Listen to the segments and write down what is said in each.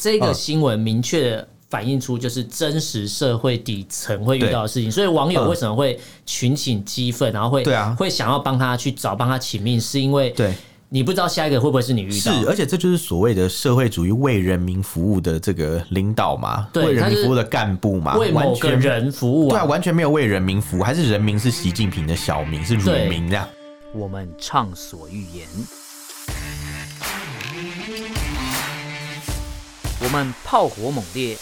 这个新闻明确的反映出就是真实社会底层会遇到的事情，所以网友为什么会群情激愤，然后会想要帮他去找帮他请命，是因为你不知道下一个会不会是你遇到的。 是，而且这就是所谓的社会主义为人民服务的这个领导嘛，为人民服务的干部嘛， 为某个人服务对啊，完全没有为人民服务，还是人民是习近平的小民，是乳民这样。 我们畅所欲言，我们炮火猛烈，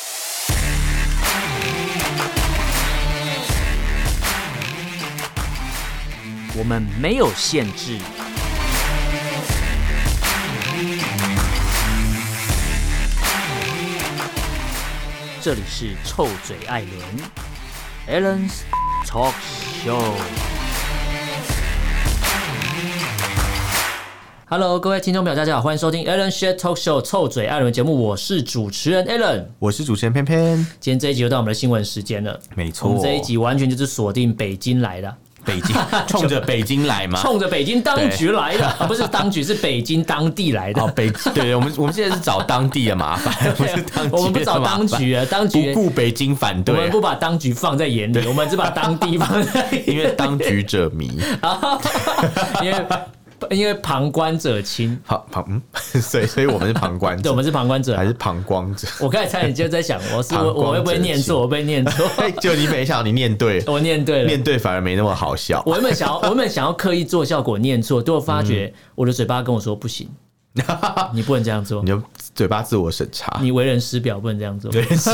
我们没有限制。这里是臭嘴艾伦 Alan's Talk Show。Hello， 各位听众朋友，大家好，欢迎收听 Alan's Talk Show 臭嘴艾伦节目，我是主持人 Alan， 我是主持人偏偏。 今天这一集又到我们的新闻时间了， 没错， 我们这一集完全就是锁定北京来的。 北京冲着北京来吗？ 冲着北京当局来的不是当局，是北京当地来的。 对，我们现在是找当地的麻烦，不是当局。 我们不找当局啊，当局不顾北京反对， 我们不把当局放在眼里，我们只把当地放在眼里。 因为当局者迷， 因为旁观者清， 所以我们是旁观者， 对，我们是旁观者， 还是旁观者？ 我刚才差点就在想，我会不会念错？我会不会念错？ 就你没想，你念对， 我念对了， 念对反而没那么好笑。 我原本想要刻意做效果念错，结果发觉我的嘴巴跟我说不行，你不能这样做， 你就嘴巴自我审查， 你为人师表不能这样做， 对，是。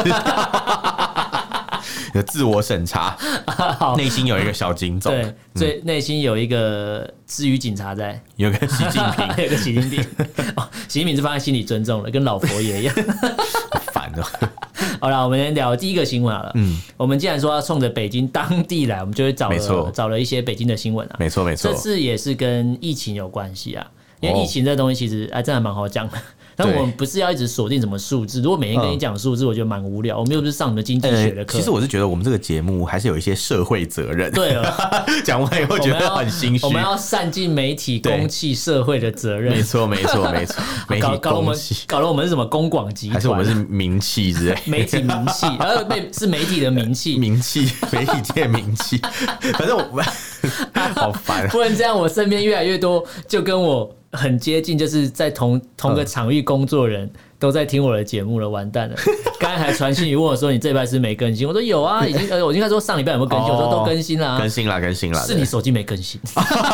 有自我审查，内心有一个小警总， 对，所以内心有一个治愈警察在， 有个习近平， 有个习近平，习近平是放在心里尊重的，跟老佛爷一样， 烦哦。 好啦，我们先聊第一个新闻好了。我们既然说要冲着北京当地来，我们就会找了一些北京的新闻啊。 没错。 这次也是跟疫情有关系啊，因为疫情这东西其实真的蛮好讲的。但我们不是要一直锁定什么数字，如果每天跟你讲数字，我觉得蛮无聊。我们又不是上你们经济学的课。 其实我是觉得我们这个节目还是有一些社会责任。 对了， 讲完以后觉得很心虚。 我们要善尽媒体、公器、社会的责任。 没错。媒体搞得我们是什么公广集团？ 还是我们是名气之类？ 媒体名气，是媒体的名气， 媒体界名气。反正我好烦， 不能这样。我身边越来越多，就跟我很接近，就是在同个场域工作人都在听我的节目了，完蛋了！刚才还传讯问我说：“你这礼拜是没更新？”我说：“有啊，已经我应该说上礼拜有没有更新？”我说：“都更新啦， 更新啦， 是你手机没更新。”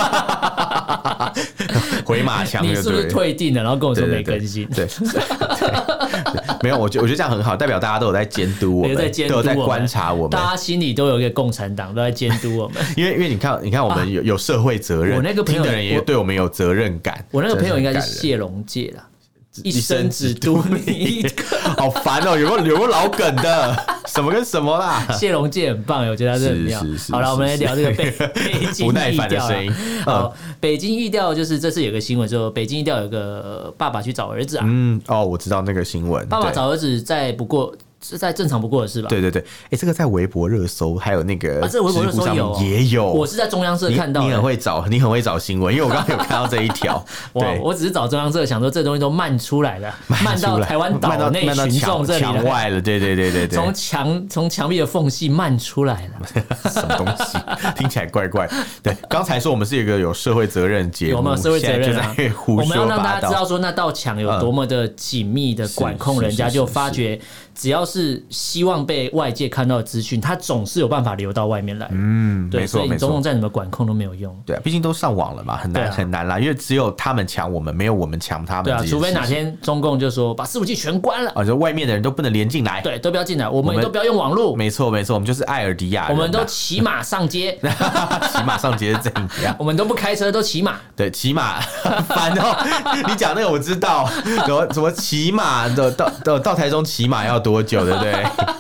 回马枪， 你是不是退订了？然后跟我说没更新？ 对，没有，我觉得这样很好，代表大家都有在监督我们，都有在观察我们， 大家心里都有一个共产党，都在监督我们。 因为你看，我们有社会责任， 我那个朋友听的人也对我们有责任感。 我那个朋友应该是谢龙介啦。一生只读你一个， 好烦哦！有没有老梗的？什么跟什么啦？ 谢龙介很棒，我觉得他是很妙。好了，我们来聊这个北京不耐烦的声音。 北京疫调就是这次有个新闻，说北京疫调有个爸爸去找儿子啊。 我知道那个新闻。 爸爸找儿子是再正常不过的事吧？ 对，这个在微博热搜还有那个这微博热搜也有。我是在中央社看到的。 你很会找新闻，因为我刚刚有看到这一条。 我只是找中央社，想说这东西都漫出来了，漫到台湾岛内群众这里了， 墙外了。对， 从墙壁的缝隙漫出来了。 什么东西？听起来怪怪。对，刚才说我们是一个有社会责任节目， 有没有社会责任啊？我们要让大家知道说那道墙有多么的紧密的管控人家，就发觉只要是希望被外界看到的资讯，它总是有办法流到外面来。对，所以你中共再怎么管控都没有用。 对啊，毕竟都上网了嘛，很难啦，因为只有他们强我们，没有我们强他们。 对啊，除非哪天中共就说把伺服器全关了， 就外面的人都不能连进来， 对，都不要进来，我们都不要用网络。 没错，我们就是艾尔迪亚人， 我们都骑马上街， 骑马上街是怎样？ 我们都不开车，都骑马。 对，骑马烦哦。你讲那个我知道，什么骑马的到台中骑马要多久，对不对？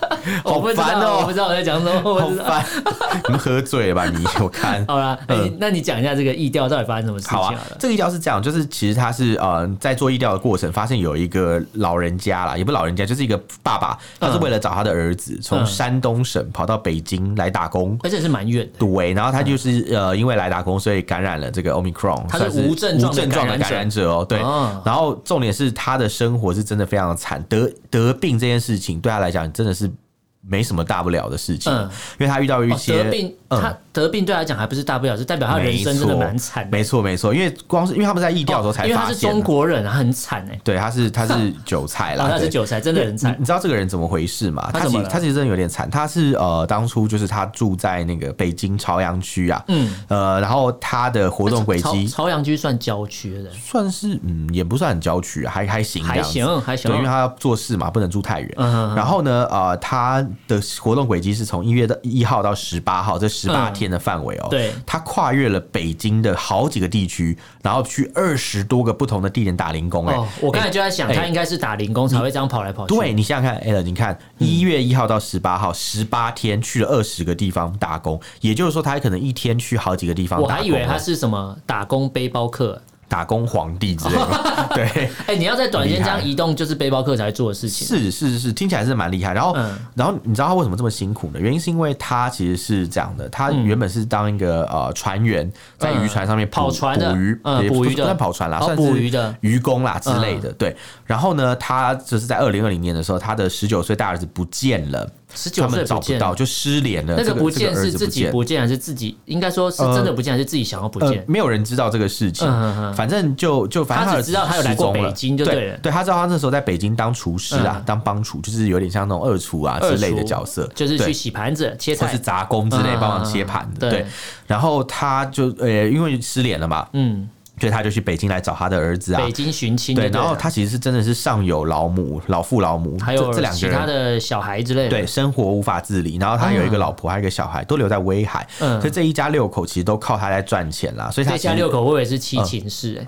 好烦哦！ 我不知道我在讲什么， 好烦。你们喝醉了吧？我看。 好啦，那你讲一下这个疫调到底发生什么事情好了？ 这个疫调是这样，就是其实他是在做疫调的过程，发现有一个老人家啦，也不是老人家，就是一个爸爸，他是为了找他的儿子，从山东省跑到北京来打工， 而且是蛮远的。 对，然后他就是因为来打工，所以感染了这个 Omicron， 他是无症状的感染者哦。对，然后重点是他的生活是真的非常的惨，得病这件事情对他来讲真的是没什么大不了的事情，因为他遇到一些他得病对他来讲还不是大不了，是代表他人生真的蛮惨的。 没错，因为光是因为他们在疫调的时候才发现， 因为他是中国人啊，很惨哎。 对，他是韭菜啦， 他是韭菜，真的很惨。 你知道这个人怎么回事吗？他其实真的有点惨。他是当初就是他住在那个北京朝阳区啊，然后他的活动轨迹， 朝阳区算郊区的， 算是也不算很郊区啊，还行， 还行。 对，因为他要做事嘛，不能住太远。然后呢，他的活动轨迹是从1月1号到18号这18天的范围哦。 对， 他跨越了北京的好几个地区，然后去20多个不同的地点打零工。 我刚才就在想，他应该是打零工才会这样跑来跑去。 对，你想想看，Alan，你看1月1号到18号，18天去了20个地方打工，也就是说，他可能一天去好几个地方打工。 我还以为他是什么打工背包客。 打工皇帝之类的，对， 你要在短时间这样移动，就是背包客才做的事情。 是，听起来是蛮厉害。然后你知道他为什么这么辛苦呢？原因是因为他其实是这样的，他原本是当一个船员，在渔船上面跑船的捕鱼的，不算跑船啦，算是捕鱼的渔工啦之类的。对，然后呢，他就是在2020年的时候，他的19岁大儿子不见了。 19岁找不到，就失联了。 那个不见是自己不见，还是自己应该说是真的不见，还是自己想要不见？ 没有人知道这个事情。反正反正他只知道他有来过北京就对了。 对，他知道他那时候在北京当厨师啊，当帮厨，就是有点像那种二厨啊之类的角色， 就是去洗盘子、切菜， 或是杂工之类，帮忙切盘的。对，然后他就因为失联了嘛，所以他就去北京来找他的儿子啊， 北京寻亲。 对，然后他其实是真的是上有老父老母， 还有这两个人其他的小孩之类的， 对，生活无法自理。然后他有一个老婆，还有一个小孩，都留在威海。所以这一家6口其实都靠他来赚钱啦。所以他这家6口，我以为是7寝室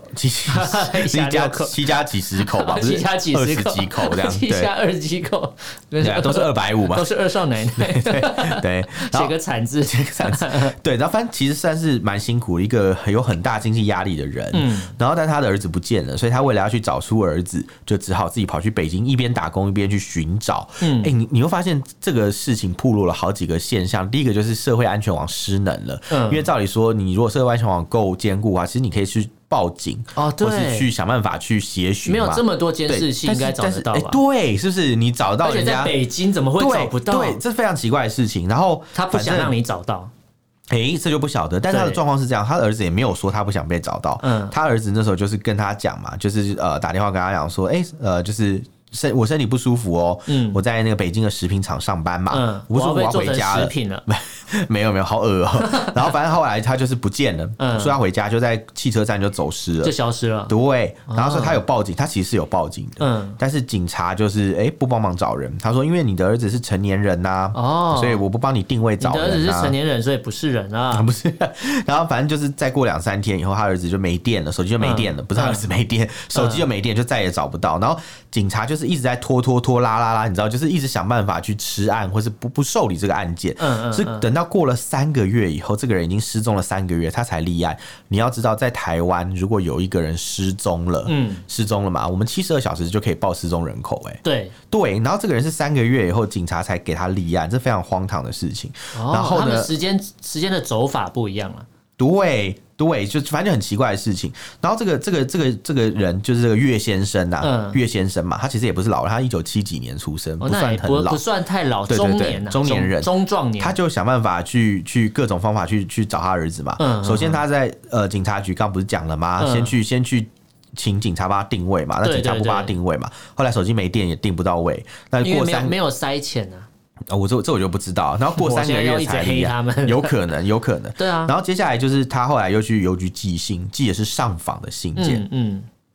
7家几十口吧，不是 7家几十 20几口这样 ，7家20几口， 对，都是250嘛， 都是二少奶奶。 对， 写个惨字， 对，然后反正其实算是蛮辛苦的一个有很大经济压力的人。然后但他的儿子不见了，所以他为了要去找出儿子，就只好自己跑去北京，一边打工一边去寻找。你会发现这个事情暴露了好几个现象。第一个就是社会安全网失能了，因为照理说，你如果社会安全网够坚固的话，其实你可以去报警或是去想办法去协寻。 没有这么多监视器，应该找得到吧？ 对，是不是？你找到人家， 而且在北京怎么会找不到？ 对，这是非常奇怪的事情。然后他不想让你找到。 这就不晓得，但他的状况是这样，他的儿子也没有说他不想被找到。他儿子那时候就是跟他讲嘛，就是打电话跟他讲说，就是我身体不舒服哦，我在那个北京的食品厂上班嘛，我不舒服，我要回家了。没有，好恶哦。然后反正后来他就是不见了，说他回家就在汽车站就走失了， 就消失了。 对，然后说他有报警，他其实是有报警的，但是警察就是不帮忙找人。他说因为你的儿子是成年人呐，所以我不帮你定位找人。 你的儿子是成年人，所以不是人啊， 不是。然后反正就是再过2-3天以后，他儿子就没电了，手机就没电了，不是他儿子没电，手机就没电，就再也找不到。然后警察就是一直在拖拉，你知道，就是一直想办法去吃案，或是不受理这个案件。是等到过了3个月以后，这个人已经失踪了3个月，他才立案。你要知道，在台湾，如果有一个人失踪了，嘛，我们72小时就可以报失踪人口。对，然后这个人是3个月以后，警察才给他立案，这非常荒唐的事情。然后呢， 他们时间的走法不一样了。 对，就反正就很奇怪的事情。然后这个人就是这个岳先生啊，岳先生嘛，他其实也不是老人，他1970几年出生，不算很老， 不算太老， 对，中年人， 中壮年， 他就想办法去各种方法去找他儿子嘛。首先他在警察局刚不是讲了吗？先去请警察帮他定位嘛，那警察不帮他定位嘛，后来手机没电也定不到位，那因为没有塞钱啊。 我这我就不知道，然后过3个月才立案，有可能。对啊。然后接下来就是他后来又去邮局寄信，寄的是上访的信件。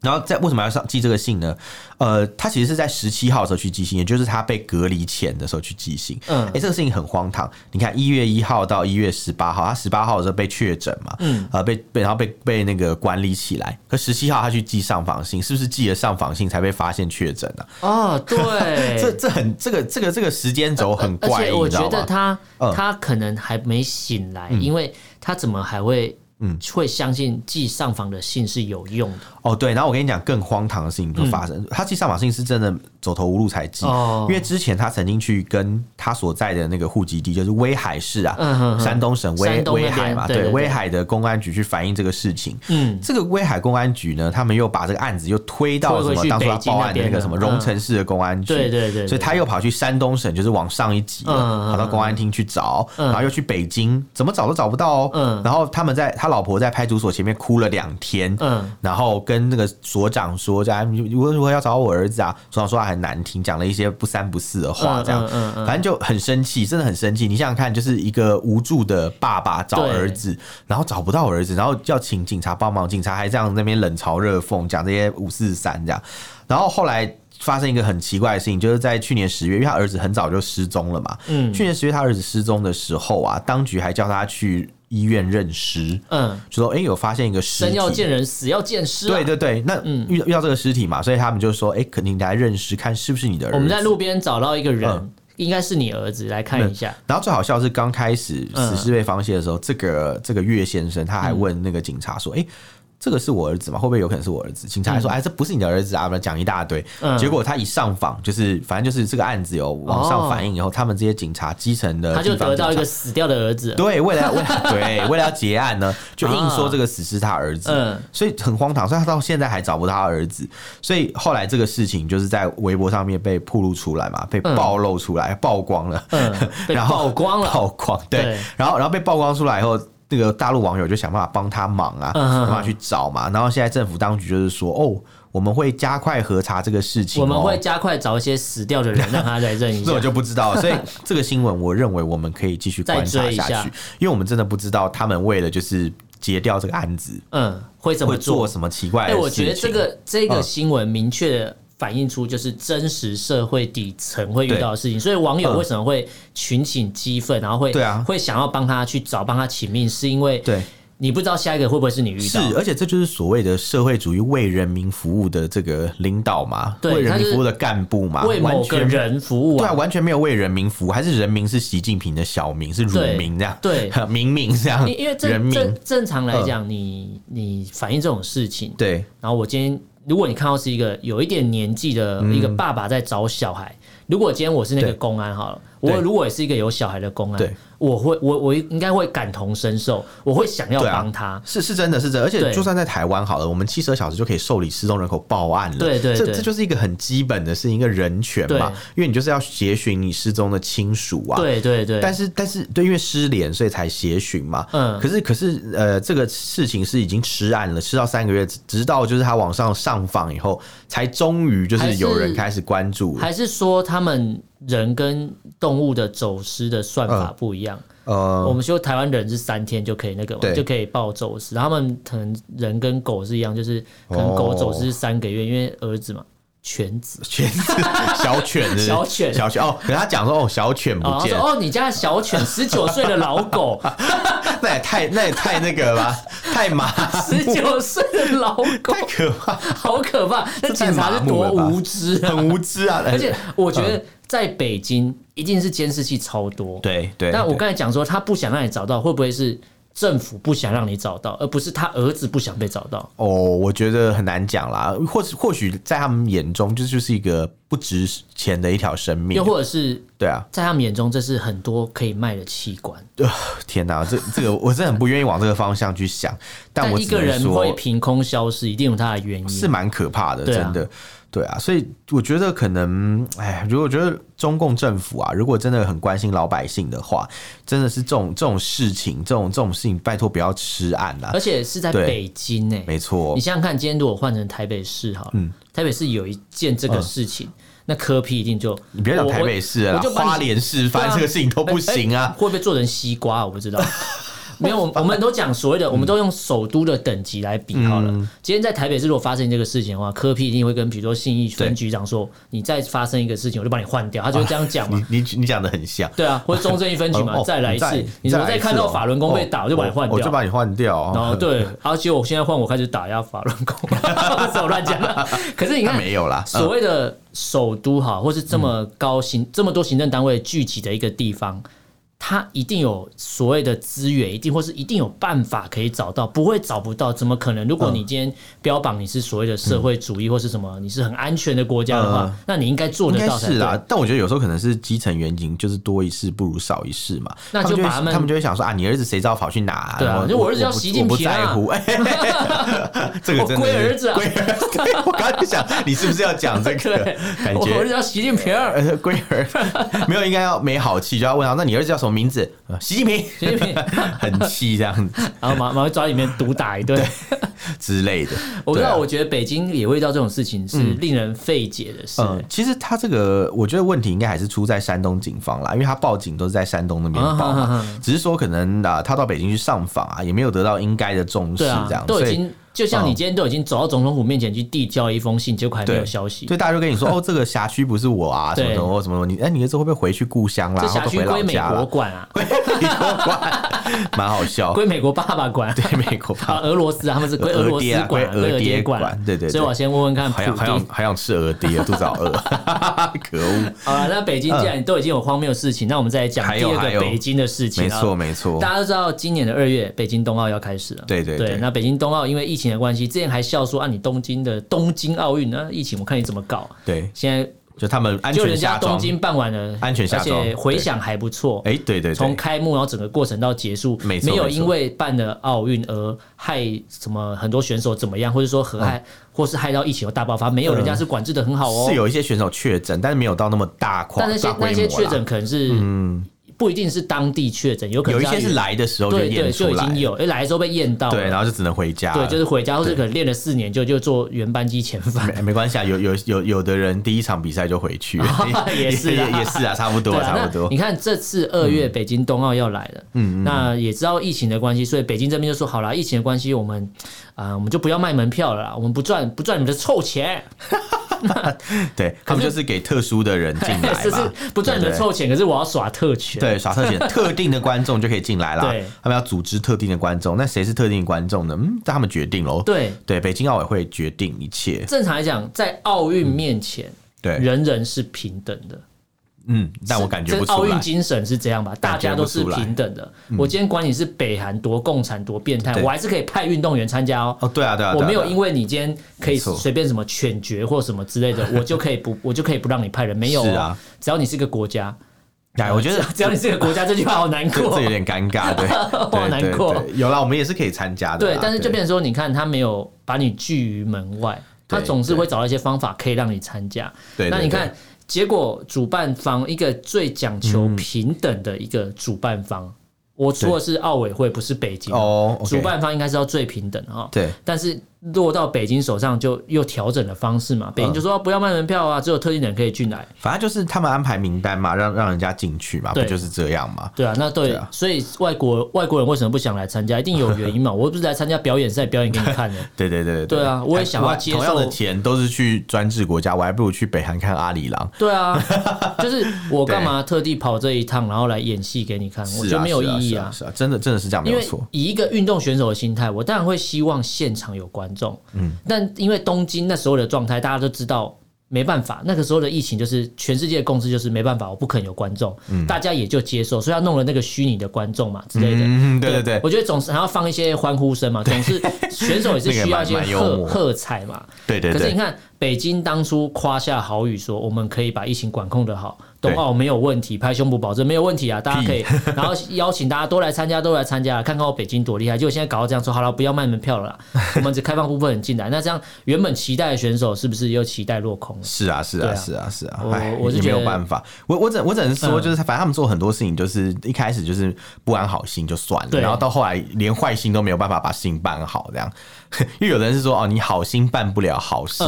然后为什么要寄这个信呢？他其实是在17号的时候去寄信，也就是他被隔离前的时候去寄信。这个事情很荒唐。你看1月1号到1月18号，他18号的时候被确诊嘛，然后被那个管理起来。可17号他去寄上访信，是不是寄了上访信才被发现确诊啊？ 哦，对， 这个时间轴很怪， 而且我觉得他可能还没醒来，因为他怎么还会相信寄上访的信是有用的？ 哦，对，然后我跟你讲更荒唐的事情就发生，他寄上访信是真的走投无路才寄，因为之前他曾经去跟他所在的那个户籍地，就是威海市啊，山东省威海嘛，对，威海的公安局去反映这个事情。这个威海公安局呢，他们又把这个案子又推到什么当初他报案的那个什么荣成市的公安局，对，所以他又跑去山东省，就是往上一级了，跑到公安厅去找，然后又去北京，怎么找都找不到哦。然后他老婆在派出所前面哭了2天，然后跟那个所长说，如何要找我儿子啊？所长说话很难听，讲了一些不三不四的话，这样，反正就很生气，真的很生气。你想想看，就是一个无助的爸爸找儿子，然后找不到儿子，然后要请警察帮忙，警察还这样那边冷嘲热讽，讲这些543这样。然后后来发生一个很奇怪的事情，就是在去年10月，因为他儿子很早就失踪了嘛。去年10月他儿子失踪的时候啊，当局还叫他去医院认尸，就说有发现一个尸体， 生要见人，死要见尸。 对，那遇到这个尸体嘛，所以他们就说，肯定来认尸，看是不是你的儿子。 我们在路边找到一个人，应该是你儿子，来看一下。 然后最好笑的是，刚开始死尸被发现的时候，这个岳先生他还问那个警察说，这个是我儿子吗？会不会有可能是我儿子？警察还说，这不是你的儿子啊，讲一大堆。结果他一上访，反正就是这个案子有往上反映以后，他们这些警察基层的， 他就得到一个死掉的儿子。 对，为了要结案呢，就硬说这个死是他儿子，所以很荒唐。所以他到现在还找不到他儿子。所以后来这个事情就是在微博上面被曝露出来嘛，被暴露出来，曝光了， 然后曝光， 对，然后被曝光出来以后。那个大陆网友就想办法帮他忙啊，想办法去找嘛。然后现在政府当局就是说，我们会加快核查这个事情， 我们会加快找一些死掉的人让他来认一下。 这我就不知道，所以这个新闻我认为我们可以继续观察下去，因为我们真的不知道他们为了就是结掉这个案子， 会怎么做什么奇怪的事情。 我觉得这个新闻明确的反映出就是真实社会底层会遇到的事情，所以网友为什么会群情激愤，然后会想要帮他去找，帮他请命，是因为你不知道下一个会不会是你遇到。 是，而且这就是所谓的社会主义为人民服务的这个领导嘛，为人民服务的干部嘛， 为某个人服务对啊，完全没有为人民服务，还是人民是习近平的小民，是乳民这样， 对， 民这样， 因为正常来讲，你反映这种事情， 对， 然后我今天。如果你看到是一个有一点年纪的一个爸爸在找小孩，如果今天我是那个公安好了，我如果也是一个有小孩的公安，我应该会感同身受，我会想要帮他。 是真的，而且就算在台湾好了，我们72小时就可以受理失踪人口报案了。 对， 这就是一个很基本的事情，一个人权嘛，因为你就是要协寻你失踪的亲属啊。 对。但是对，因为失联所以才协寻嘛。可是这个事情是已经吃案了，吃到3个月，直到就是他往上访以后，才终于就是有人开始关注。 还是说他们人跟动物的走失的算法不一样？我们说台湾人是3天就可以那个嘛，就可以报走失，他们可能人跟狗是一样，就是可能狗走失3个月，因为儿子嘛。犬子小犬哦，可是他讲说小犬不见你家的小犬19岁的老狗， 那也太那个了吧，太麻 ，19岁的老狗， 太可怕， 好可怕！那警察是多无知， 很无知啊！ 而且我觉得在北京一定是监视器超多， 对。 但我刚才讲说他不想让你找到，会不会是？政府不想让你找到，而不是他儿子不想被找到。 我觉得很难讲啦。或许在他们眼中，这就是一个不值钱的一条生命， 又或者是对啊， 在他们眼中，这是很多可以卖的器官。 天哪，这个我真的很不愿意往这个方向去想。但我一个人会凭空消失，一定有他的原因， 是蛮可怕的，真的。对啊，所以我觉得可能，如果觉得中共政府啊，如果真的很关心老百姓的话，真的是这种事情，这种事情，拜托不要吃案啦。 而且是在北京没错。 你想想看，今天如果换成台北市好了，台北市有一件这个事情。那柯 P 一定就你别讲台北市了，花莲市发生这个事情都不行啊！ 会不会做成西瓜？我不知道。 没有，我们都讲所谓的，我们都用首都的等级来比好了。今天在台北市如果发生这个事情的话，柯 P 一定会跟比如说信义分局长说，你再发生一个事情，我就把你换掉，他就会这样讲嘛。 你讲的很像， 对啊，或者中正一分局嘛，再来一次，你如果再看到法轮功被打，我就把你换掉， 我就把你换掉。 然后对，而且我现在换我开始打压法轮功，是我乱讲的。可是你看， 没有啦， 所谓的首都哈，或是这么这么多行政单位聚集的一个地方。他一定有所谓的资源，或是一定有办法可以找到，不会找不到，怎么可能？如果你今天标榜你是所谓的社会主义或是什么，你是很安全的国家的话，那你应该做得到才对。 是啊，但我觉得有时候可能是基层员警就是多一事不如少一事嘛， 那就把他们就会想说啊，你儿子谁知道跑去哪？ 对啊，就我儿子叫习近平啊， 我不在乎。这个真的龟儿子啊， 我刚才想你是不是要讲这个？感觉我儿子叫习近平， 龟儿没有应该要没好气，就要问他，那你儿子叫什么名字？习近平，很气这样子， 然后马上抓里面毒打一顿之类的。 我不知道，我觉得北京也会遇到这种事情，是令人费解的事。 其实他这个，我觉得问题应该还是出在山东警方啦，因为他报警都是在山东那边报嘛，只是说可能他到北京去上访啊，也没有得到应该的重视，这样都已经。就像你今天都已经走到总统府面前去递交一封信，结果还没有消息， 所以大家就跟你说哦，这个辖区不是我啊，什么什么什么，你儿子会不会回去故乡啦？ 这辖区归美国管啊， 归美国管，蛮好笑， 归美国爸爸管， 对，美国爸爸， 俄罗斯他们是归俄罗斯管， 俄爹管，对。 所以我先问问看， 还想吃俄爹，肚子好饿，可恶。 好了，那北京既然都已经有荒谬的事情，那我们再来讲第二个北京的事情。 没错， 大家都知道今年的2月，北京冬奥要开始了。 对， 那北京冬奥因为疫情的关系，之前还笑说啊，你东京奥运呢，疫情我看你怎么搞？ 对， 现在就他们安全下装，就人家东京办完了， 安全下装， 而且回响还不错。 对， 从开幕然后整个过程到结束，没有因为办了奥运而害什么很多选手怎么样，或者说或是害到疫情有大爆发，没有，人家是管制的很好哦。 是有一些选手确诊，但是没有到那么大规模啦。 但那些确诊可能是不一定是当地确诊，有可能有一些是来的时候就验出来， 就已经有，来的时候被验到了， 对，然后就只能回家， 对，就是回家，或是可能练了4年就做原班机遣返， 没关系啊，有的人第一场比赛就回去， 也是啊，差不多。 你看这次2月北京冬奥要来了，那也知道疫情的关系，所以北京这边就说好啦，疫情的关系，我们就不要卖门票了啦，我们不赚你们的臭钱。 对，他们就是给特殊的人进来嘛， 就是不赚你的臭钱，可是我要耍特权， 对，耍特权，特定的观众就可以进来了。 对， 他们要组织特定的观众，那谁是特定的观众呢？他们决定喽。对，北京奥委会决定一切。 正常来讲，在奥运面前，对，人人是平等的。 但我感觉不出来。 奥运精神是这样吧？大家都是平等的。我今天管你是北韩多共产多变态，我还是可以派运动员参加哦。 对啊， 我没有因为你今天可以随便什么犬决或什么之类的，我就可以不让你派人。没有啊，只要你是个国家。 我觉得只要你是个国家，这句话好难过， 这有点尴尬，对， 好难过。 有啦，我们也是可以参加的。 对，但是就变成说，你看他没有把你拒于门外，他总是会找到一些方法可以让你参加。对，那你看。结果主办方一个最讲求平等的一个主办方，我说的是奥委会，不是北京。主办方应该是要最平等哈。对，但是落到北京手上就又调整了方式嘛。北京就说不要卖门票啊，只有特定人可以进来。 反正就是他们安排名单嘛，让人家进去嘛，不就是这样嘛？ 对啊，那对，所以外国人为什么不想来参加？一定有原因嘛。我不是来参加表演赛，表演给你看的。 对啊，我也想要接受。 同样的钱都是去专制国家，我还不如去北韩看阿里郎。 对啊，就是我干嘛特地跑这一趟，然后来演戏给你看？我觉得没有意义啊。 是啊，真的是这样，没有错。 以一个运动选手的心态，我当然会希望现场有观众。但因为东京那时候的状态，大家都知道没办法，那个时候的疫情就是全世界的共识，就是没办法，我不可能有观众，大家也就接受，所以他弄了那个虚拟的观众嘛之类的。对，我觉得总是还要放一些欢呼声嘛，总是选手也是需要一些喝彩嘛。对。可是你看，北京当初夸下豪语说，我们可以把疫情管控得好。冬奥没有问题，拍胸脯保证没有问题啊！大家可以，然后邀请大家都来参加，看看我北京多厉害。结果现在搞到这样说，好了，不要卖门票了啦，我们只开放部分人进来。那这样原本期待的选手是不是又期待落空了？ 是啊，我是没有办法。我只能说，就是反正他们做很多事情，就是一开始就是不安好心就算了，然后到后来连坏心都没有办法把事情办好，这样。因为有的人是说你好心办不了好事嘛，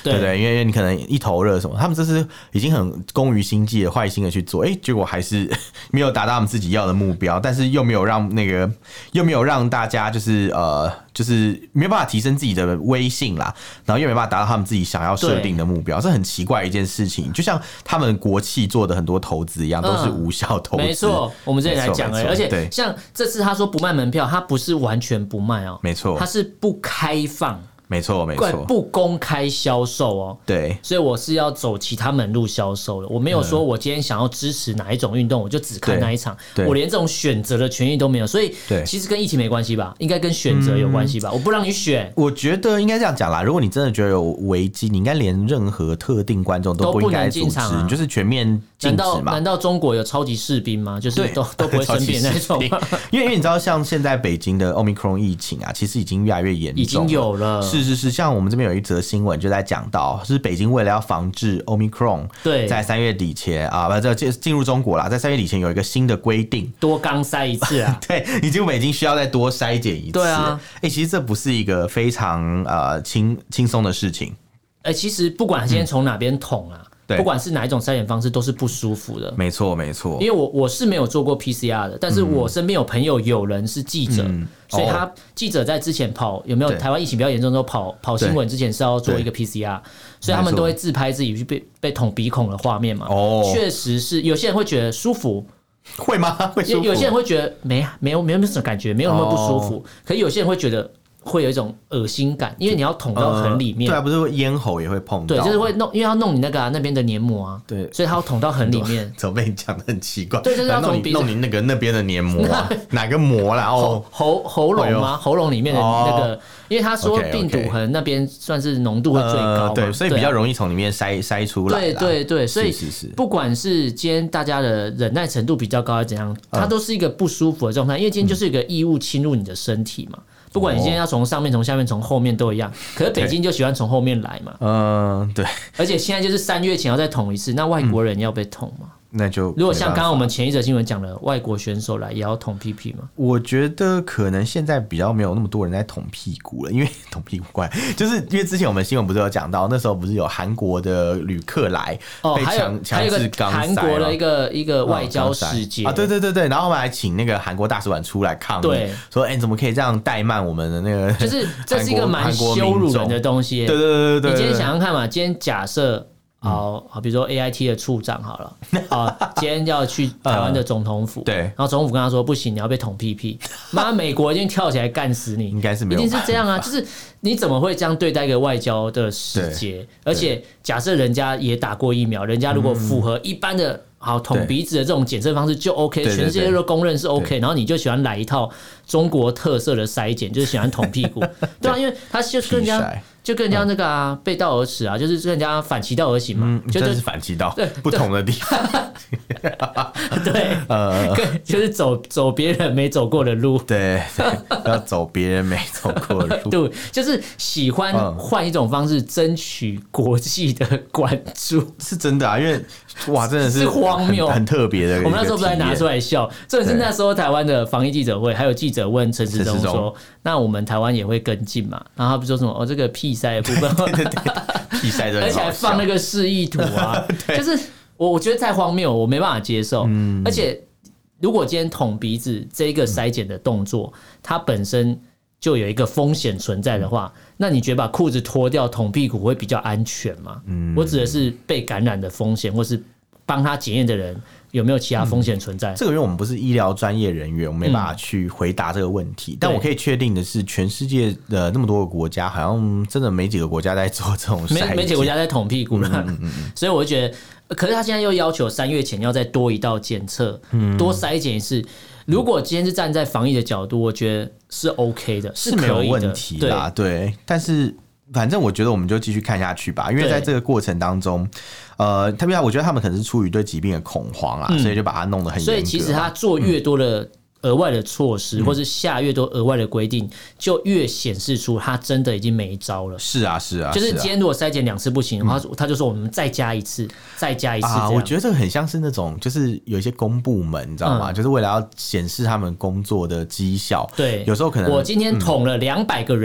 对不对？因为你可能一头热什么，他们这是已经很工于心计的坏心的去做，结果还是没有达到他们自己要的目标，但是又没有让大家就是没有办法提升自己的威信啦，然后又没办法达到他们自己想要设定的目标，这很奇怪一件事情。就像他们国企做的很多投资一样，都是无效投资。 没错，我们之前来讲而且像这次他说不卖门票，他不是完全不卖哦， 没错， 他是不开放。 没错， 不公开销售哦。 对， 所以我是要走其他门路销售的。我没有说我今天想要支持哪一种运动，我就只看那一场。我连这种选择的权益都没有。所以其实跟疫情没关系吧？应该跟选择有关系吧？我不让你选。 我觉得应该这样讲啦。如果你真的觉得有危机，你应该连任何特定观众都不应该阻止，你就是全面禁止嘛。 难道中国有超级士兵吗？就是都不会生病那种吗？ 因为你知道，像现在北京的 Omicron 疫情啊，其实已经越来越严重了， 已经有了。 是，像我们这边有一则新闻就在讲到，是北京为了要防治 Omicron， 在3月底前啊，进入中国啦，在3月底前有一个新的规定， 多刚筛一次啊， 对，已经北京需要再多筛检一次， 对啊， 其实这不是一个非常轻松的事情， 其实不管今天从哪边捅啊。不管是哪一种筛检方式，都是不舒服的。 没错。 因为我是没有做过 PCR 的，但是我身边有朋友有人是记者，所以他记者在之前有没有台湾疫情比较严重的时候跑新闻之前是要做一个 PCR， 所以他们都会自拍自己去被捅鼻孔的画面嘛。确实是有些人会觉得舒服。 会吗？会舒服？ 有些人会觉得没有什么感觉，没有那么不舒服。可是有些人会觉得。会有一种恶心感，因为你要捅到很里面。 对啊，不是咽喉也会碰到。 对，就是会弄，因为要弄你那边的黏膜啊。 对， 所以它要捅到很里面。 怎么被你讲的很奇怪？ 对，就是要弄你那边的黏膜啊，哪个膜啦？ 喉咙吗？喉咙里面的那个，因为他说病毒可能那边算是浓度会最高， 对，所以比较容易从里面筛出来。 对，所以不管是今天大家的忍耐程度比较高还是怎样，它都是一个不舒服的状态，因为今天就是一个异物侵入你的身体嘛。不管你今天要从上面、从下面、从后面都一样，可是北京就喜欢从后面来嘛。 对。 而且现在就是3月前要再捅一次，那外国人要被捅吗？ 那就如果像刚刚我们前一则新闻讲的，外国选手来也要捅屁屁吗？ 我觉得可能现在比较没有那么多人在捅屁股了，因为捅屁股怪，就是因为之前我们新闻不是有讲到，那时候不是有韩国的旅客来被强制肛塞， 韩国的一个外交使节对，然后我们还请那个韩国大使馆出来抗议，说你怎么可以这样怠慢我们的那个， 就是这是一个蛮羞辱人的东西。 对， 你今天想想看嘛，今天假设。好，比如说 AIT 的处长好了，今天要去台湾的总统府， 对， 然后总统府跟他说不行，你要被捅屁屁，妈，美国一定跳起来干死你， 应该是没有， 一定是这样啊，就是你怎么会这样对待一个外交的使节？而且假设人家也打过疫苗，人家如果符合一般的捅鼻子的这种检测方式就 OK， 全世界都公认是 OK， 然后你就喜欢来一套中国特色的筛检，就是喜欢捅屁股，对啊，因为他就跟人家。就跟人家那个背道而驰啊，就是跟人家反其道而行嘛， 就是反其道，不同的地方， 对，就是走别人没走过的路， 对，要走别人没走过的路， 对，就是喜欢换一种方式争取国际的关注， 是真的啊，因为哇，真的是荒谬， 很特别的。 我们那时候不是拿出来笑，这是那时候台湾的防疫记者会，还有记者问陈时中说：“那我们台湾也会跟进嘛？”然后他不说什么这个屁塞的部分， 屁塞的， 而且还放那个示意图啊，就是我觉得太荒谬，我没办法接受。而且如果今天捅鼻子这个筛检的动作，它本身就有一个风险存在的话，那你觉得把裤子脱掉捅屁股会比较安全吗？我指的是被感染的风险，或是帮他检验的人有没有其他风险存在？ 这个因为我们不是医疗专业人员，我们没办法去回答这个问题。但我可以确定的是，全世界的那么多个国家，好像真的没几个国家在做这种筛检， 没几个国家在捅屁股。所以我就觉得，可是他现在又要求3月前要再多一道检测，多筛检一次。如果今天是站在防疫的角度，我觉得是 OK 的， 是没有问题啦。对，但是反正我觉得我们就继续看下去吧，因为在这个过程当中，特别我觉得他们可能是出于对疾病的恐慌啊，所以就把它弄得很严格。 所以其实他做越多的额外的措施，或是下越多额外的规定，就越显示出他真的已经没招了。 是啊， 就是今天如果筛检2次不行的话，他就说我们再加一次，再加一次。 我觉得这个很像是那种，就是有一些公部门，你知道吗？就是为了要显示他们工作的绩效。 对， 有时候可能我今天捅了200个人。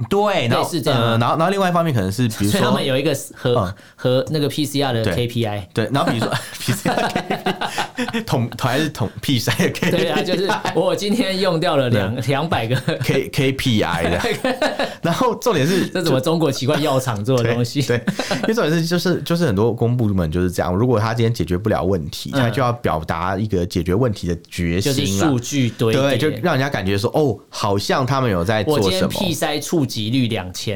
对，然后是这样， 然后另外一方面可能是比如说他们有一个和那个 PCR 的 KPI， 对，然后比如说 PCR KPI 还是屁筛的 KPI， 对啊，就是我今天用掉了200个 KPI 的，然后重点是这怎么中国奇怪药厂做的东西？ 对，因为重点是就是很多公部门就是这样，如果他今天解决不了问题，他就要表达一个解决问题的决心， 就是数据堆叠， 对，就让人家感觉说哦，好像他们有在做什么。 我今天屁筛触及率2000，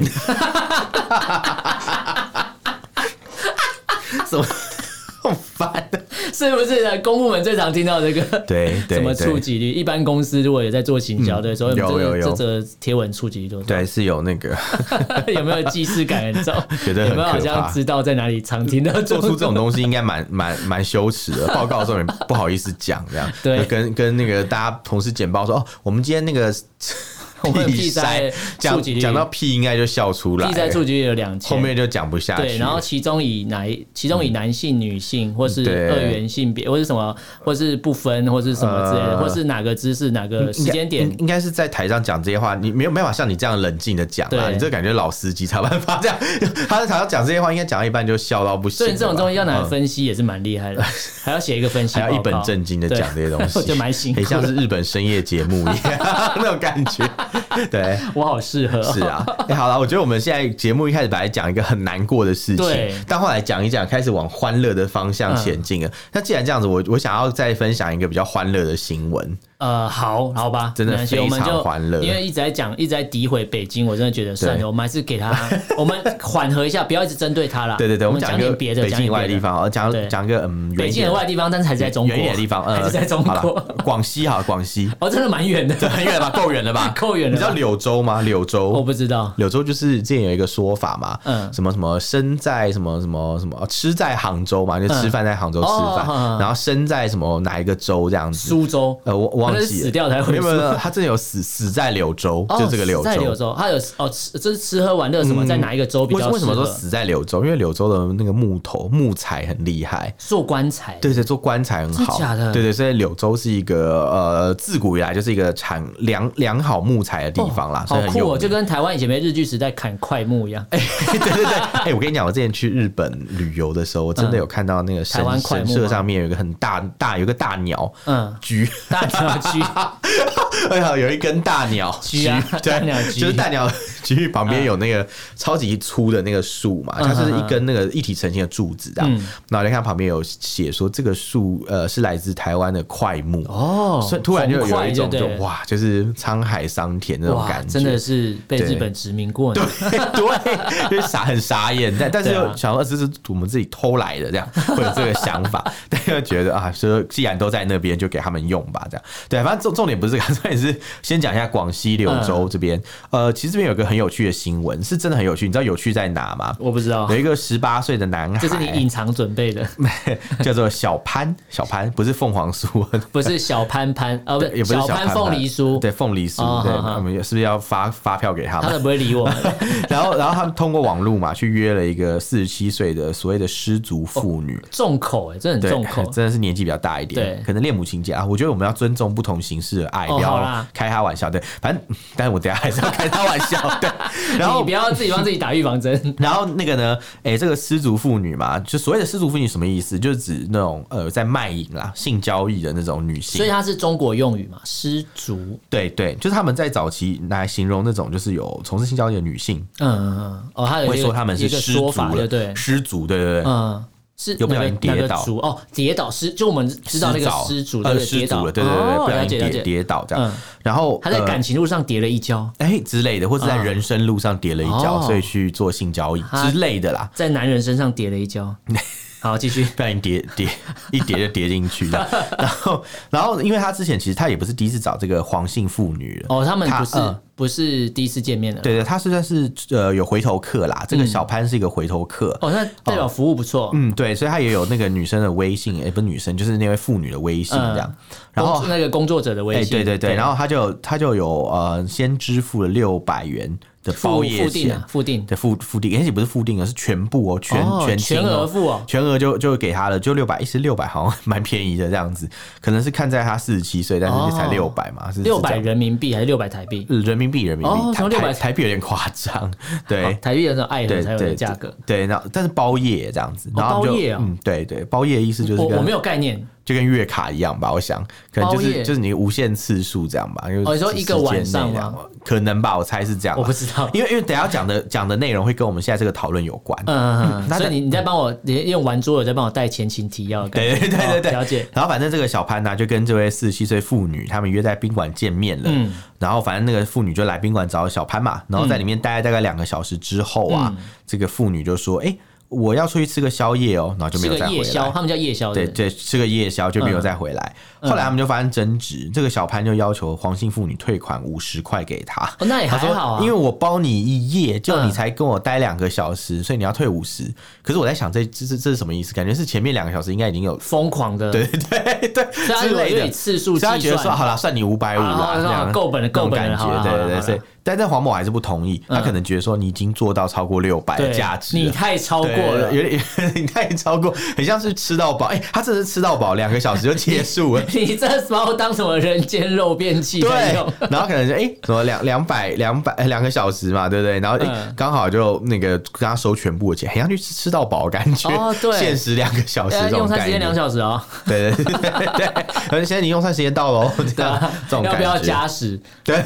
什么？好烦的， 是不是？公部门最常听到这个， 对， 什么触及率？一般公司如果有在做行销的时候， 有这则贴文触及率多少？ 对，是有那个有没有既视感很重？ 觉得很可怕， 有没有好像知道在哪里常听到？ 做出这种东西应该蛮羞耻的，报告的时候也不好意思讲，这样对， 跟那个大家同事简报说哦，我们今天那个。 屁筛讲到屁应该就笑出来， 屁筛触及率有2000， 后面就讲不下去。 对，然后其中以男性、女性，或是二元性别，或是什么，或是不分，或是什么之类的，或是哪个姿势、哪个时间点， 应该是在台上讲这些话，你没有办法像你这样冷静的讲啊，你这感觉老司机才有办法这样。他在台上讲这些话，应该讲到一半就笑到不行。 所以这种东西要拿来分析也是蛮厉害的，还要写一个分析， 还要一本正经的讲这些东西， 就蛮辛苦， 很像是日本深夜节目一样那种感觉。对， 我好适合。 是啊，好了，我觉得我们现在节目一开始本来讲一个很难过的事情，但后来讲一讲，开始往欢乐的方向前进了。那既然这样子，我想要再分享一个比较欢乐的新闻。好吧，真的非常欢乐。 因为一直在讲，一直在诋毁北京，我真的觉得算了，我们还是给他，我们缓和一下，不要一直针对他啦。 对，我们讲一个别的， 北京以外的地方，讲一个北京以外的地方，但是还是在中国远一点的地方， 还是在中国。 广西好，广西真的蛮远的， 很远吧？够远了吧？ 够远了。 你知道柳州吗？柳州我不知道。 柳州就是之前有一个说法嘛，什么生在什么吃在杭州嘛，就吃饭在杭州吃饭，然后生在什么哪一个州这样子？ 苏州。 我忘记了， 死掉才会。 没有，他真的有死在柳州，就这个柳州。 在柳州，他有这是吃喝玩乐什么，在哪一个州比较适合？ 为什么说死在柳州？因为柳州的那个木材很厉害， 做棺材。 对，做棺材很好。 假的？ 对，所以柳州是一个自古以来就是一个产良好木材的地方啦，所以很有名。 就跟台湾以前没日据时代砍块木一样。 对，我跟你讲，我之前去日本旅游的时候，我真的有看到那个神社上面有一个很大有个大鸟，菊大鸟菊。 哎呀，有一根大鸟菊啊，大鸟菊就是大鸟菊旁边有那个超级粗的那个树嘛，它是一根那个一体成型的柱子这样。然后你看旁边有写说这个树是来自台湾的块木所以突然就有一种哇，就是沧海桑田那种感觉， 真的是被日本殖民过。 对，就是很傻眼，但是又想说这是我们自己偷来的这样，会有这个想法，但又觉得说既然都在那边，就给他们用吧这样。对，反正重点不是这个，重点是先讲一下广西柳州这边。其实这边有个很有趣的新闻，是真的很有趣。你知道有趣在哪吗？ 我不知道。 有一个18岁的男孩， 这是你隐藏准备的， 叫做小潘，不是凤凰酥， 不是小潘，不是也不是小潘凤梨酥， 对，凤梨酥，对，我们是不是要发票给他们？ 他都不会理我们。 然后他们通过网路嘛，去约了一个47岁的所谓的失足妇女， 重口真的很重口， 真的是年纪比较大一点，可能恋母情节啊。我觉得我们要尊重不同形式的爱，不要开他玩笑。对，反正但是我等一下还是要开他玩笑。对，然后你不要自己帮自己打预防针。 然后那个呢，这个失足妇女嘛，就所谓的失足妇女什么意思？就是指那种在卖淫啦、性交易的那种女性。 所以它是中国用语嘛，失足。 对，就是他们在早期来形容那种就是有从事性交易的女性。 他有会说他们是失足了， 对， 失足，对。 是有不小心跌倒跌倒就我们知道那个失足的跌倒了， 对，不小心跌倒这样。然后他在感情路上跌了一跤， 之类的，或者在人生路上跌了一跤，所以去做性交易之类的啦。 在男人身上跌了一跤。好，继续， 不然一跌就跌进去了。然后，因为他之前其实他也不是第一次找这个黄姓妇女了。 他们不是第一次见面的。 对，他实在是有回头客啦。这个小潘是一个回头客。 那代表服务不错。 对，所以他也有那个女生的微信，不是女生，就是那位妇女的微信这样。然后那个工作者的微信。 对，然后他就有先支付了600元。的包夜钱，付定，而且不是付定的，是全部全额付全额就给他了，就600，好像蛮便宜的这样子，可能是看在他47岁，但是才600嘛，是 600人民币还是600台币？ 人民民币， 从600 台币有点夸张，对， 台币的爱河才有的价格， 对，然后但是包夜这样子，然后包夜啊， 对，包夜意思就是我没有概念。 就跟月卡一样吧，我想可能就是你无限次数这样吧。 你说一个晚上吗？ 可能吧，我猜是这样。 我不知道， 因为等一下讲的内容会跟我们现在这个讨论有关。 所以你再帮我用玩桌游，再帮我带前情提要。 对， 了解。 然后反正这个小潘呢，就跟这位47岁妇女他们约在宾馆见面了。然后反正那个妇女就来宾馆找小潘嘛，然后在里面待大概2个小时之后啊，这个妇女就说：“我要出去吃个宵夜哦，然后就没有再回来。 夜宵，他们叫夜宵的。 对，吃个夜宵就没有再回来。后来他们就发生争执，这个小潘就要求黄姓妇女退款50块给他。 那也还好啊， 因为我包你一夜，就你才跟我待2个小时，所以你要退50。可是我在想，这是什么意思？感觉是前面2个小时应该已经有疯狂的， 对之类的次数计算， 他觉得说好了，算你550啦，这样够本的感觉，对。但是黄某还是不同意，他可能觉得说你已经做到超过600的价值， 你太超过了， 有点你太超过，很像是吃到饱。他真的是吃到饱，2个小时就结束了。 你这把我当什么人间肉便器在用？ 然后可能就什么200个小时嘛，对不对？然后刚好就那个跟他收全部的钱，很像去吃到饱的感觉。对，限时2个小时这种概念， 用餐时间2小时哦。 对，而且现在你用餐时间到了，这种感觉要不要加时？ 对。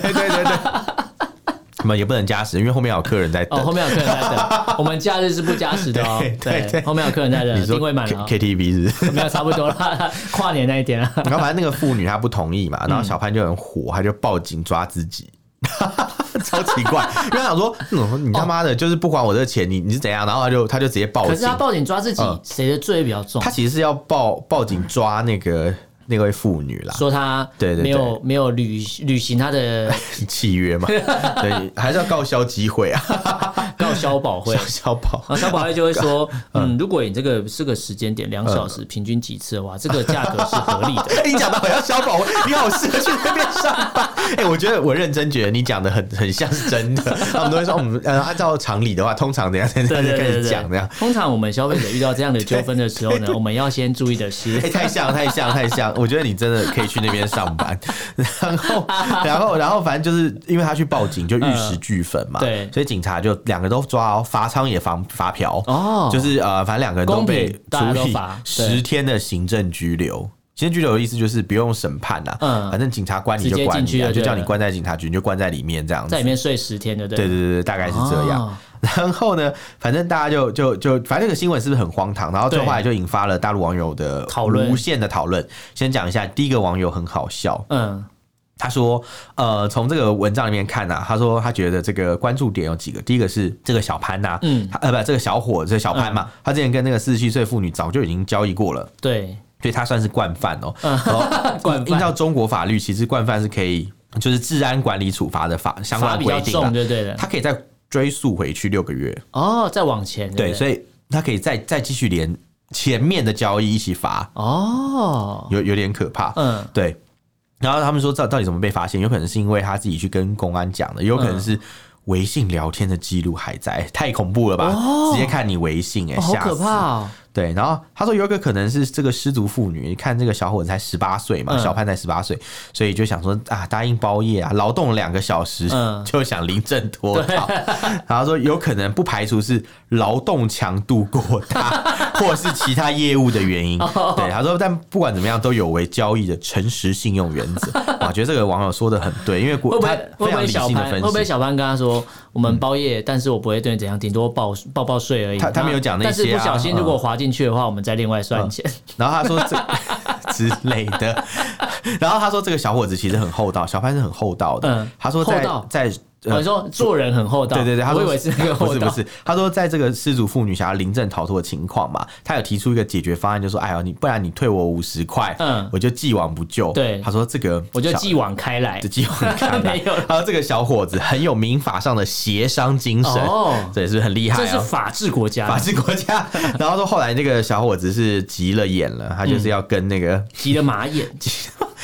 也不能加时，因为后面有客人在等。 后面有客人在等。我们假日是不加时的哦。对，后面有客人在等，定位满了。 KTV 是？ 没有，差不多了。跨年那一天。 然后反正那个妇女她不同意嘛，然后小潘就很火，他就报警抓自己。超奇怪，因为他想说，你他妈的，就是不还我这个钱，你是怎样？然后他就直接报警。 可是他报警抓自己，谁的罪比较重？ 他其实是要报警抓那位妇女啦， 说他没有履行他的契约嘛，对，还是要告消基会啊， 告消保会， 消保会就会说，如果你这个是个时间点2小时，平均几次的话，这个价格是合理的。 你讲的好像消保会，你好适合去那边上班。我觉得我认真觉得你讲的很像是真的。他们都会说，我们按照常理的话，通常等一下开始讲这样。 通常我们消费者遇到这样的纠纷的时候呢，我们要先注意的是， 太像。我觉得你真的可以去那边上班，然后反正就是因为他去报警，就玉石俱焚嘛， 对， 所以警察就2个都抓，罚仓也罚嫖，就是反正2个人都被处以10天的行政拘留。行政拘留的意思就是不用审判反正警察关你就关你，就叫你关在警察局，你就关在里面这样子， 在里面睡10天的， 对，大概是这样。然后呢，反正大家就反正这个新闻是不是很荒唐？然后最后来就引发了大陆网友的无限的讨论。先讲一下，第一个网友很好笑，他说，从这个文章里面看他说他觉得这个关注点有几个，第一个是这个小潘这个小伙子小潘嘛，他之前跟那个47岁妇女早就已经交易过了， 对。 所以他算是惯犯依照中国法律，其实惯犯是可以就是治安管理处罚的相关规定的，对，他可以再追溯回去6个月再往前， 对，所以他可以再继续连前面的交易一起罚有点可怕，对。然后他们说到底怎么被发现，有可能是因为他自己去跟公安讲的，有可能是微信聊天的记录还在，太恐怖了吧？直接看你微信， 好可怕对，然后他说有一个可能是这个失足妇女，看这个小伙子才18岁嘛，小潘才18岁，所以就想说答应包夜劳动了2个小时，就想临阵脱逃。然后说有可能不排除是劳动强度过大，或是其他业务的原因。对，他说但不管怎么样都有违交易的诚实信用原则。我觉得这个网友说的很对，因为他非常理性的分析。 会不会小潘跟他说我们包夜，但是我不会对你怎样，顶多报税而已。 他没有讲那些， 但是不小心如果滑进去的话，我们再另外算钱。 然后他说之类的，然后他说这个小伙子其实很厚道，小潘是很厚道的。他说在你说做人很厚道， 对， 我以为是那个厚道， 不是。他说在这个失足妇女想要临阵逃脱的情况嘛，他有提出一个解决方案，就说哎呀，不然你退我50块，我就既往不咎。 对， 他说这个我就既往开来， 既往开来。没有，他说这个小伙子很有民法上的协商精神，这也是很厉害。 这是法治国家， 然后说后来那个小伙子是急了眼了，他就是要跟那个急了马眼。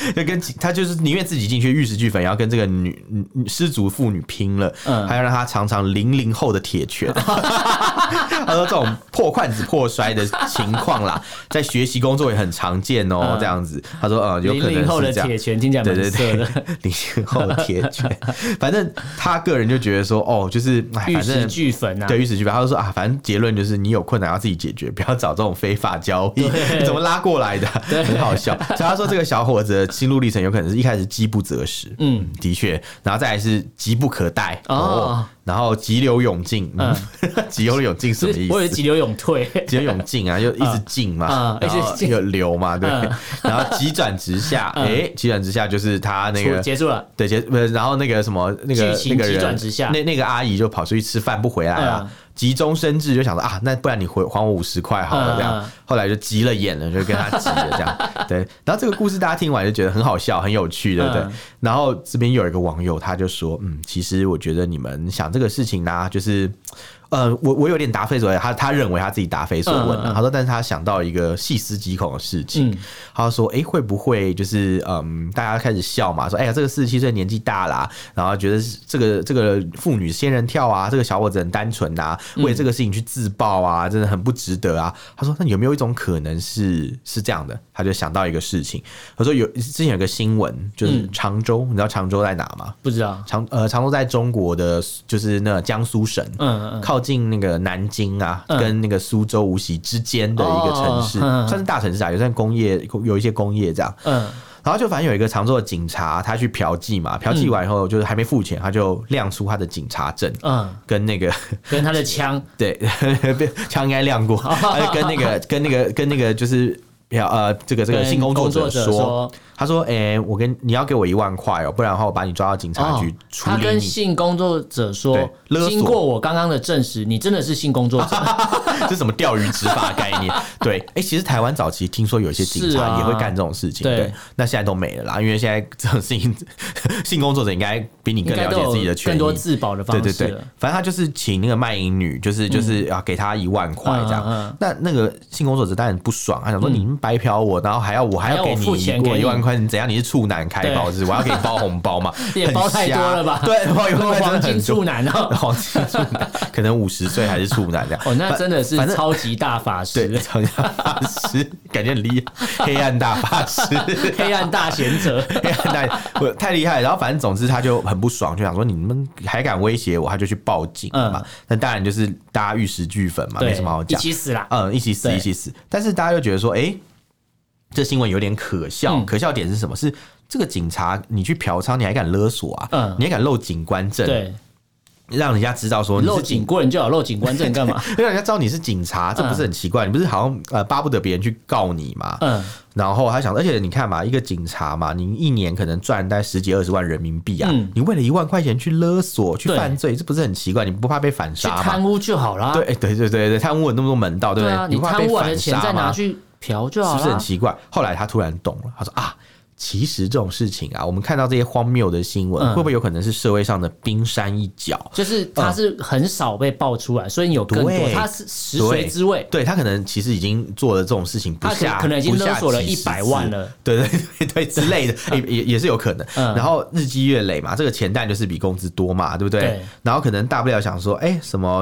就跟他就是宁愿自己进去玉石俱焚，也要跟这个失足妇女拼了，还要让他尝尝00后的铁拳。他说这种破罐子破摔的情况啦，在学习工作也很常见哦。这样子，他说有可能是这样。 00后的铁拳听起来蛮色的。 00后的铁拳，反正他个人就觉得说，就是玉石俱焚啊。 对，玉石俱焚。他就说反正结论就是你有困难要自己解决，不要找这种非法交易。怎么拉过来的？很好笑。所以他说这个小伙子的心路历程有可能是一开始饥不择食，的确，然后再来是急不可待然后急流勇进，急流勇进什么意思？ 我以为急流勇退， 急流勇进啊，就一直进嘛，然后一个流嘛，对，然后急转直下，急转直下就是他那个结束了， 对，然后那个什么那个人急转直下， 那个阿姨就跑出去吃饭不回来了。急中生智，就想说那不然你还我50块好了，这样。后来就急了眼了，就跟他急了这样。对，然后这个故事大家听完就觉得很好笑，很有趣，对不对？然后这边有一个网友他就说，其实我觉得你们想这个事情呢，就是。我有点答非所问，他认为他自己答非所问了。他说，但是他想到一个细思极恐的事情，他说，会不会就是大家开始笑嘛？说，哎呀，这个47岁年纪大啦，然后觉得这个妇女仙人跳啊，这个小伙子很单纯啊，为这个事情去自爆啊，真的很不值得啊。他说，那有没有一种可能是这样的？他就想到一个事情，他说之前有个新闻，就是常州，你知道常州在哪吗？ 不知道。 常州在中国的，就是那江苏省，靠近那个南京啊，跟那个苏州、无锡之间的一个城市，算是大城市啊，也算工业，有一些工业这样。然后就反正有一个常州的警察，他去嫖妓嘛，嫖妓完以后就是还没付钱，他就亮出他的警察证，跟他的枪， 对，枪应该亮过，他就跟那个就是这个性工作者说。他说：“你要给我1万块哦，不然的话我把你抓到警察局处理你。” 他跟性工作者说：“经过我刚刚的证实，你真的是性工作者。” 这是什么钓鱼执法概念？对，其实台湾早期听说有一些警察也会干这种事情，对，那现在都没了啦，因为现在这种事情，性工作者应该比你更了解自己的权益， 更多自保的方式。 对，反正他就是请那个卖淫女，就是要给他1万块这样。那个性工作者当然不爽，他想说你们白嫖我，然后还要给你1万块。你怎样？你是处男开包是？我要给你包红包嘛？ 也包太多了吧？ 对，包1万块真的很处男哦， 黄金处男，可能50岁还是处男这样。 那真的是超级大法师， 对，超级大法师，感觉很厉害，黑暗大法师， 黑暗大贤者， 黑暗大，太厉害。然后反正总之他就很不爽，就想说你们还敢威胁我，他就去报警嘛。那当然就是大家玉石俱焚嘛，没什么好讲， 一起死啦， 一起死。但是大家又觉得说，这新闻有点可笑，可笑点是什么？是这个警察你去嫖娼，你还敢勒索啊？你还敢漏警官证？对，让人家知道说你漏警官，你就要漏警官证干嘛？ 让人家知道你是警察，这不是很奇怪？你不是好像巴不得别人去告你吗？然后他想，而且你看嘛，一个警察嘛，你一年可能赚大概10几20万人民币啊，你为了1万块钱去勒索、去犯罪，这不是很奇怪？你不怕被反杀吗？ 去贪污就好啦。 对，贪污有那么多门道，对不对？ 你贪污完的钱再拿去嫖就好了， 是不是很奇怪？后来他突然懂了，他说其实这种事情啊，我们看到这些荒谬的新闻，会不会有可能是社会上的冰山一角？就是它是很少被爆出来，所所以有更多，它是食髓知味。 对，他可能其实已经做了这种事情，他可能已经勒索了100万了， 对之类的，也是有可能。然后日积月累嘛，这个钱当然就是比工资多嘛，对不对？然后可能大不了想说，什么。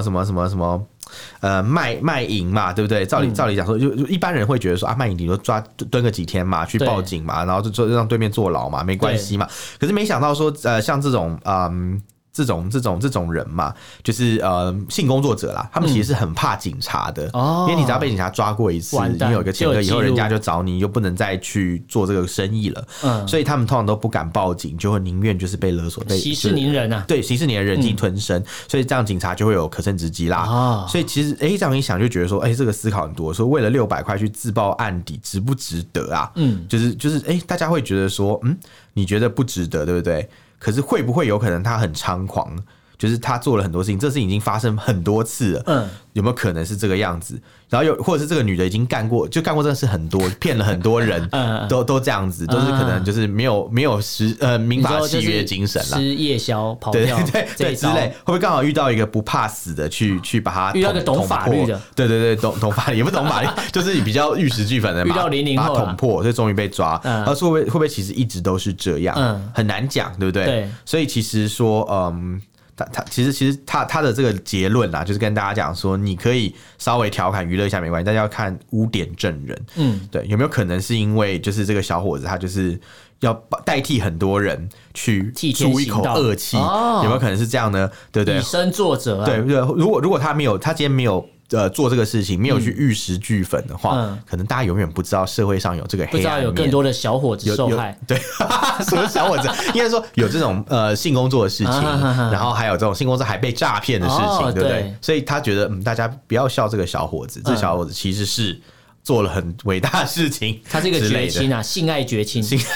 卖淫嘛，对不对？照理讲说，就一般人会觉得说卖淫顶多蹲个几天嘛，去报警嘛，然后就让对面坐牢嘛，没关系嘛。可是没想到说，像这种这种人嘛，就是性工作者啦，他们其实是很怕警察的，因为你只要被警察抓过一次，你有一个前科以后，人家就找你，又不能再去做这个生意了，所以他们通常都不敢报警，就会宁愿就是被勒索，被息事宁人啊， 对，息事宁人，忍气吞声，所以这样警察就会有可乘之机啦。所以其实这样一想就觉得说，这个思考很多，说为了600块去自爆案底，值不值得啊？就是大家会觉得说，你觉得不值得，对不对？可是会不会有可能他很猖狂？ 就是他做了很多事情，这事情已经发生很多次了，有没有可能是这个样子？然后或者是这个女的已经干过这个事很多，骗了很多人，都这样子，都是可能就是没有民法契约精神啦， 吃夜宵跑掉， 对之类，会不会刚好遇到一个不怕死的去把他遇到一个懂法律的， 对，懂法律也不懂法律，就是比较玉石俱焚的， 遇到00后把他捅破，所以终于被抓。他说会不会其实一直都是这样？很难讲，对不对？ 对， 所以其实说其实他的这个结论啦，就是跟大家讲说，你可以稍微调侃娱乐一下没关系，但是要看污点证人。对，有没有可能是因为就是这个小伙子他就是要代替很多人去出一口恶气，有没有可能是这样呢？对不对？ 以身作则啊。 对，如果他今天没有做这个事情，没有去玉石俱焚的话，可能大家永远不知道社会上有这个黑暗面， 不知道有更多的小伙子受害。 对，什么小伙子？应该说有这种性工作的事情，然后还有这种性工作还被诈骗的事情，对不对？所以他觉得大家不要笑这个小伙子，这小伙子其实是做了很伟大的事情， 他是一个绝亲啊，性爱绝亲之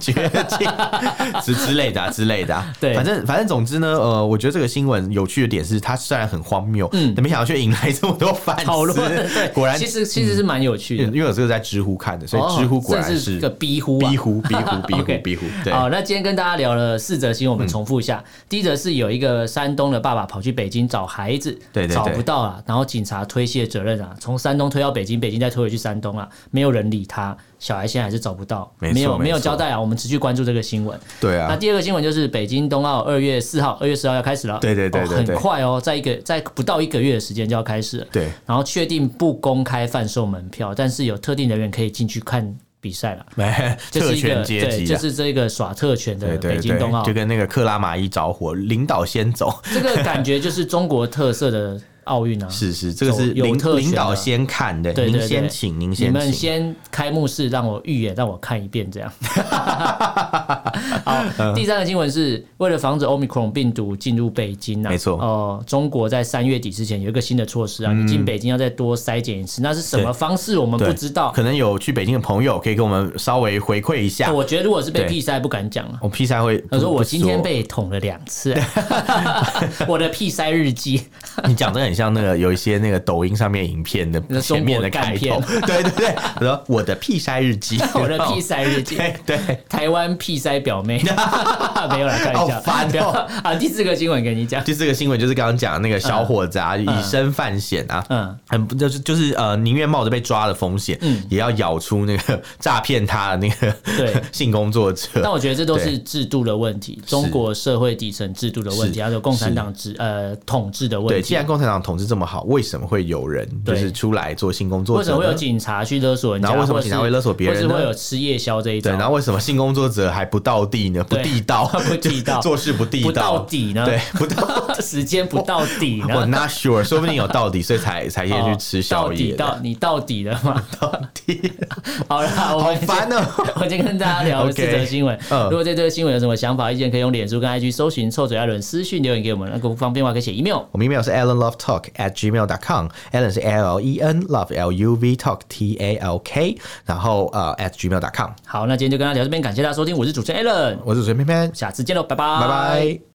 类的，对，反正总之呢，我觉得这个新闻有趣的点是，它虽然很荒谬，但没想到却引来这么多反思， 讨论，对， 果然其实是蛮有趣的， 因为我这个在知乎看的，所以知乎果然是个逼呼， 对。 好，那今天跟大家聊了4则新闻，我们重复一下。第一则是有一个山东的爸爸跑去北京找孩子， 对， 找不到啊，然后警察推卸责任啊，从山东推到北京，北京再推回去山东啊，没有人理他，小孩现在还是找不到，没有交代啊，我们持续关注这个新闻。 对啊， 那第二个新闻就是北京冬奥2月10号要开始了， 对， 很快哦，在不到1个月的时间就要开始了。 对， 然后确定不公开贩售门票，但是有特定人员可以进去看比赛了， 特权阶级， 就是这个耍特权的北京冬奥， 就跟那个克拉玛依着火，领导先走， 这个感觉就是中国特色的奥运啊， 是，这个是领导先看的，您先请，你们先开幕式让我预演，让我看一遍这样。好，第3个新闻是为了防止 Omicron 病毒进入北京啊， 没错， 中国在3月底之前有一个新的措施啊，你进北京要再多筛检一次，那是什么方式我们不知道， 可能有去北京的朋友可以跟我们稍微回馈一下。 我觉得如果是被屁筛不敢讲了， 我屁筛会， 他说我今天被捅了2次，我的屁筛日记， 你讲的很像那个有一些那个抖音上面影片的前面的开头，对，他说我的屁筛日记， 我的屁筛日记， 对，台湾屁筛表妹，没有来看一下， 好烦哦。 啊，第4个新闻给你讲， 第4个新闻就是刚刚讲的那个小伙子啊，以身犯险啊，就是宁愿冒着被抓的风险，也要咬出那个诈骗他的那个性工作者。 但我觉得这都是制度的问题，中国社会底层制度的问题，还有共产党统治的问题。 对，既然共产党统治这么好，为什么会有人就是出来做性工作者呢？ 为什么会有警察去勒索人家？ 然后为什么警察会勒索别人呢？ 为什么会有吃夜宵这一招？ 对，然后为什么性工作者还不到地呢？不地道，做事不地道， 不到底呢？ 对，不到时间不到底呢？ 我 not sure， 说不定有到底，所以才先去吃宵夜。 你到底了吗？ 到底。 好啦， 好烦哦！ 我今天跟大家聊了4则新闻。如果对这个新闻有什么想法、意见，可以用脸书跟 IG 搜寻臭嘴艾伦私讯留言给我们。那个不方便的话，可以写 email。 我们 email 是 allenlovetalk@gmail.com，Allen 是 ALLEN，Love LUV Talk，然后@gmail.com。 好，那今天就跟大家聊这边，感谢大家收听，我是主持人 Allen， 我是主持人偏偏， 下次见喽，拜拜， 拜拜。